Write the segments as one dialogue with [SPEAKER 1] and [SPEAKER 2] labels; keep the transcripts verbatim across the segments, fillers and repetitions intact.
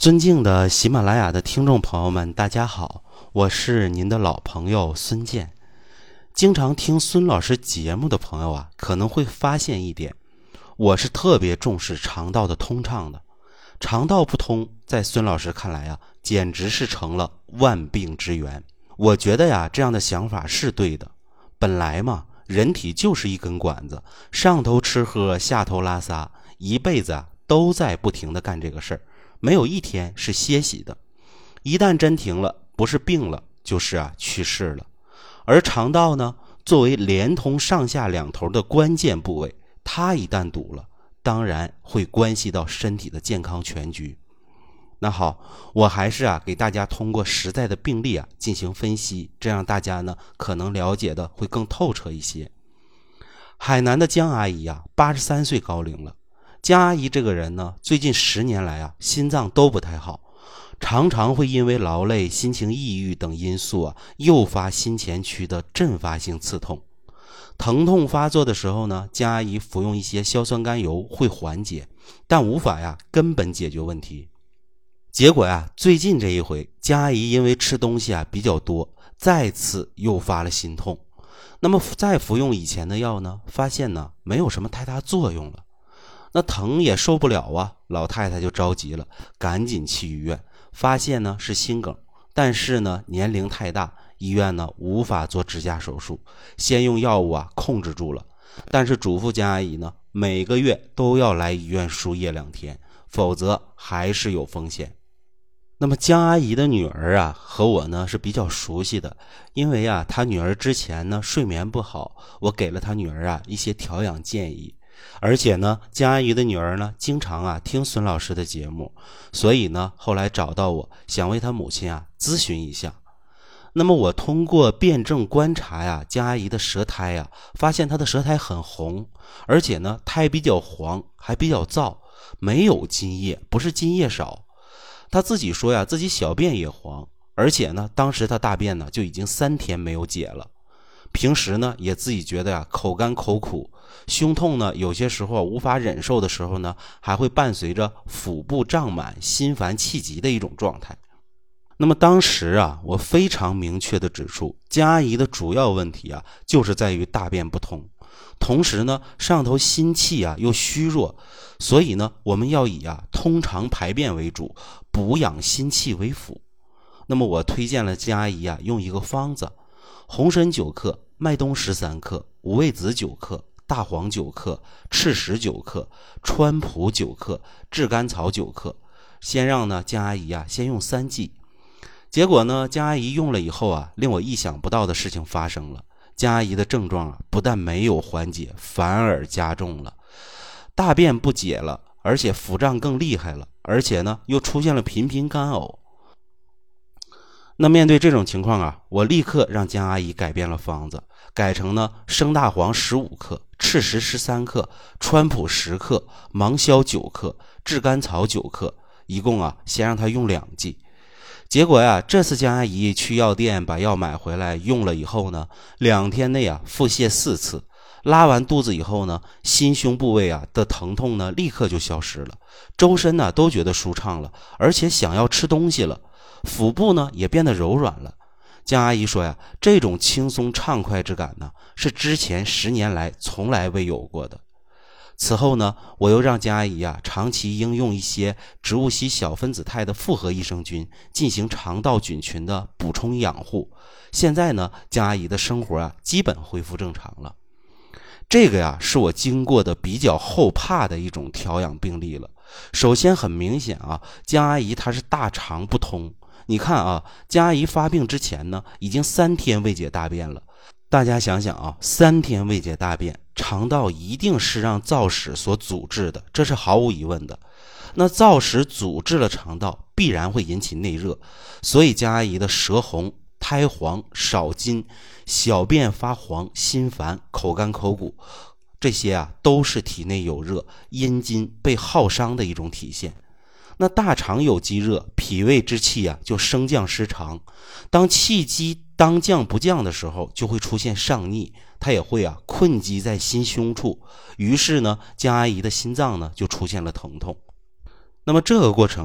[SPEAKER 1] 尊敬的喜马拉雅的听众朋友们，大家好，我是您的老朋友孙健。经常听孙老师节目的朋友啊，可能会发现一点，我是特别重视肠道的通畅的。肠道不通，在孙老师看来啊，简直是成了万病之源。我觉得呀，这样的想法是对的。本来嘛，人体就是一根管子，上头吃喝，下头拉撒，一辈子啊都在不停地干这个事儿。没有一天是歇息的，一旦真停了，不是病了，就是啊去世了。而肠道呢，作为连通上下两头的关键部位，它一旦堵了，当然会关系到身体的健康全局。那好，我还是啊给大家通过实在的病例啊进行分析，这样大家呢可能了解的会更透彻一些。海南的江阿姨啊，八十三岁高龄了。江阿姨这个人呢，最近十年来啊，心脏都不太好，常常会因为劳累、心情抑郁等因素啊，诱发心前区的阵发性刺痛。疼痛发作的时候呢，江阿姨服用一些硝酸甘油会缓解，但无法呀根本解决问题。结果呀，最近这一回，江阿姨因为吃东西啊比较多，再次诱发了心痛。那么再服用以前的药呢，发现呢没有什么太大作用了。那疼也受不了啊，老太太就着急了，赶紧去医院，发现呢是心梗，但是呢年龄太大，医院呢无法做支架手术，先用药物啊控制住了，但是嘱咐江阿姨呢每个月都要来医院输液两天，否则还是有风险。那么江阿姨的女儿啊和我呢是比较熟悉的，因为啊她女儿之前呢睡眠不好，我给了她女儿啊一些调养建议。而且呢，江阿姨的女儿呢，经常啊听孙老师的节目，所以呢，后来找到我，想为她母亲啊咨询一下。那么我通过辩证观察呀，江阿姨的舌苔呀，发现她的舌苔很红，而且呢，苔比较黄，还比较燥，没有津液，不是津液少。她自己说呀，自己小便也黄，而且呢，当时她大便呢就已经三天没有解了。平时呢也自己觉得呀口干口苦，胸痛呢有些时候无法忍受的时候呢，还会伴随着腹部胀满、心烦气急的一种状态。那么当时啊，我非常明确地指出，江阿姨的主要问题啊就是在于大便不通，同时呢上头心气啊又虚弱，所以呢我们要以啊通畅排便为主，补养心气为辅。那么我推荐了江阿姨啊用一个方子，红参九克，麦冬十三克，五味子九克，大黄九克，赤石九克，川普九克，炙甘草九克。先让呢江阿姨啊先用三剂。结果呢江阿姨用了以后啊，令我意想不到的事情发生了。江阿姨的症状啊不但没有缓解，反而加重了，大便不解了，而且腹胀更厉害了，而且呢又出现了频频干呕。那面对这种情况啊，我立刻让江阿姨改变了方子，改成呢生大黄十五克，赤石十三克，川普十克，芒硝九克，炙甘草九克，一共啊先让她用两剂。结果呀，这次江阿姨去药店把药买回来用了以后呢，两天内啊腹泻四次，拉完肚子以后呢，心胸部位啊的疼痛呢立刻就消失了，周身呢都觉得舒畅了，而且想要吃东西了。腹部呢也变得柔软了。江阿姨说呀，这种轻松畅快之感呢，是之前十年来从来未有过的。此后呢，我又让江阿姨啊长期应用一些植物硒小分子肽的复合益生菌，进行肠道菌群的补充养护。现在呢，江阿姨的生活啊基本恢复正常了。这个呀是我经过的比较后怕的一种调养病例了。首先很明显啊，江阿姨她是大肠不通。你看啊，江阿姨发病之前呢，已经三天未解大便了。大家想想啊，三天未解大便，肠道一定是让燥屎所阻滞的，这是毫无疑问的。那燥屎阻滞了肠道，必然会引起内热，所以江阿姨的舌红、苔黄、少津、小便发黄、心烦、口干口苦，这些啊都是体内有热、阴津被耗伤的一种体现。那大肠有积热，脾胃之气啊就升降失常，当气机当降不降的时候，就会出现上逆，它也会啊困积在心胸处，于是呢江阿姨的心脏呢就出现了疼痛。那么这个过程啊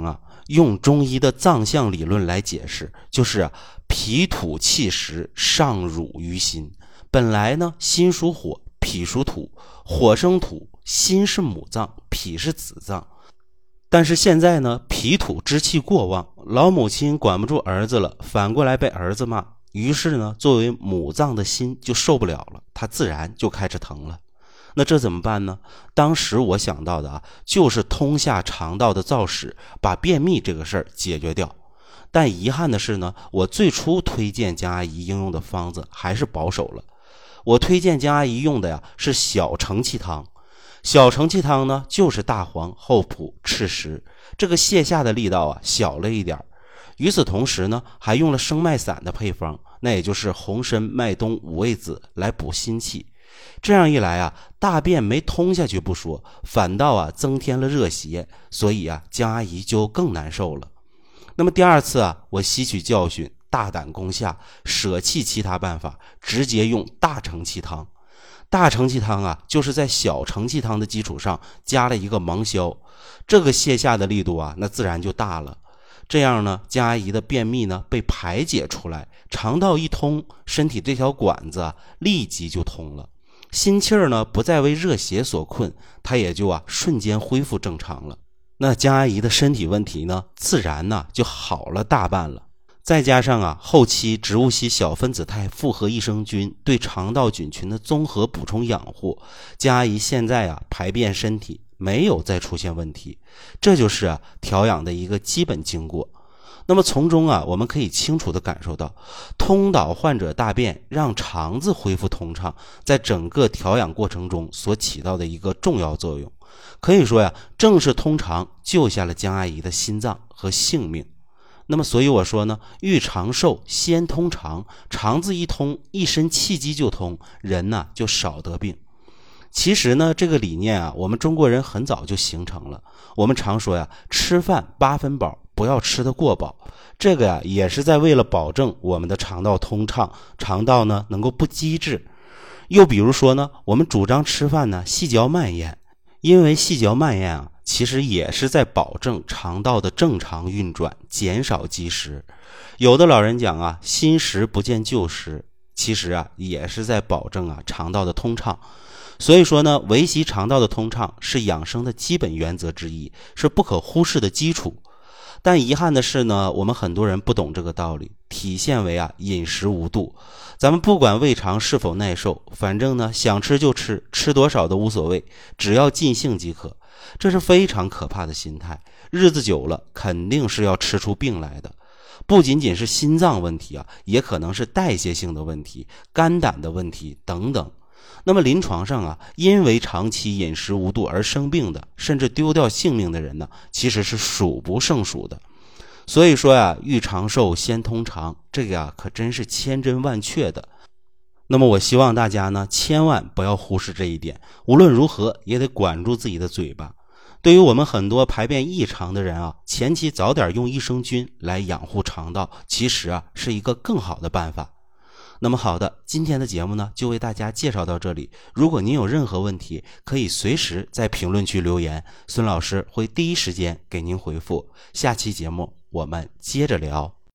[SPEAKER 1] 用中医的脏象理论来解释，就是啊，脾土气实，上乳于心。本来呢，心属火，脾属土，火生土，心是母脏，脾是子脏。但是现在呢，脾土之气过旺，老母亲管不住儿子了，反过来被儿子骂，于是呢，作为母脏的心就受不了了，它自然就开始疼了。那这怎么办呢？当时我想到的啊，就是通下肠道的造屎，把便秘这个事儿解决掉。但遗憾的是呢，我最初推荐江阿姨应用的方子还是保守了。我推荐江阿姨用的呀是小承气汤。小承气汤呢，就是大黄、厚朴、赤石，这个泻下的力道啊小了一点。与此同时呢，还用了生脉散的配方，那也就是红参、麦冬、五味子来补心气。这样一来啊，大便没通下去不说，反倒啊增添了热邪，所以啊江阿姨就更难受了。那么第二次啊，我吸取教训，大胆攻下，舍弃其他办法，直接用大承气汤。大承气汤啊，就是在小承气汤的基础上加了一个芒硝，这个泻下的力度啊，那自然就大了。这样呢，江阿姨的便秘呢被排解出来，肠道一通，身体这条管子啊立即就通了。心气儿呢不再为热邪所困，它也就啊瞬间恢复正常了。那江阿姨的身体问题呢，自然呢就好了大半了。再加上啊后期植物硒小分子肽复合益生菌对肠道菌群的综合补充养护，江阿姨现在啊排便身体没有再出现问题，这就是啊调养的一个基本经过。那么从中啊，我们可以清楚地感受到，通导患者大便，让肠子恢复通畅，在整个调养过程中所起到的一个重要作用。可以说呀，正是通肠救下了江阿姨的心脏和性命。那么所以我说呢，欲长寿先通肠，肠子一通，一身气机就通，人呢就少得病。其实呢，这个理念啊，我们中国人很早就形成了。我们常说呀，吃饭八分饱，不要吃得过饱。这个呀，也是在为了保证我们的肠道通畅，肠道呢能够不积滞。又比如说呢，我们主张吃饭呢细嚼慢咽，因为细嚼慢咽啊，其实也是在保证肠道的正常运转，减少积食。有的老人讲啊，新食不见旧食，其实啊也是在保证啊肠道的通畅。所以说呢，维系肠道的通畅是养生的基本原则之一，是不可忽视的基础。但遗憾的是呢，我们很多人不懂这个道理，体现为啊饮食无度。咱们不管胃肠是否耐受，反正呢想吃就吃，吃多少都无所谓，只要尽兴即可。这是非常可怕的心态，日子久了肯定是要吃出病来的。不仅仅是心脏问题啊，也可能是代谢性的问题、肝胆的问题等等。那么临床上啊，因为长期饮食无度而生病的，甚至丢掉性命的人呢，其实是数不胜数的。所以说呀，欲长寿先通肠，这个啊可真是千真万确的。那么我希望大家呢，千万不要忽视这一点，无论如何也得管住自己的嘴巴。对于我们很多排便异常的人啊，前期早点用益生菌来养护肠道，其实啊是一个更好的办法。那么好的，今天的节目呢就为大家介绍到这里。如果您有任何问题，可以随时在评论区留言，孙老师会第一时间给您回复。下期节目我们接着聊。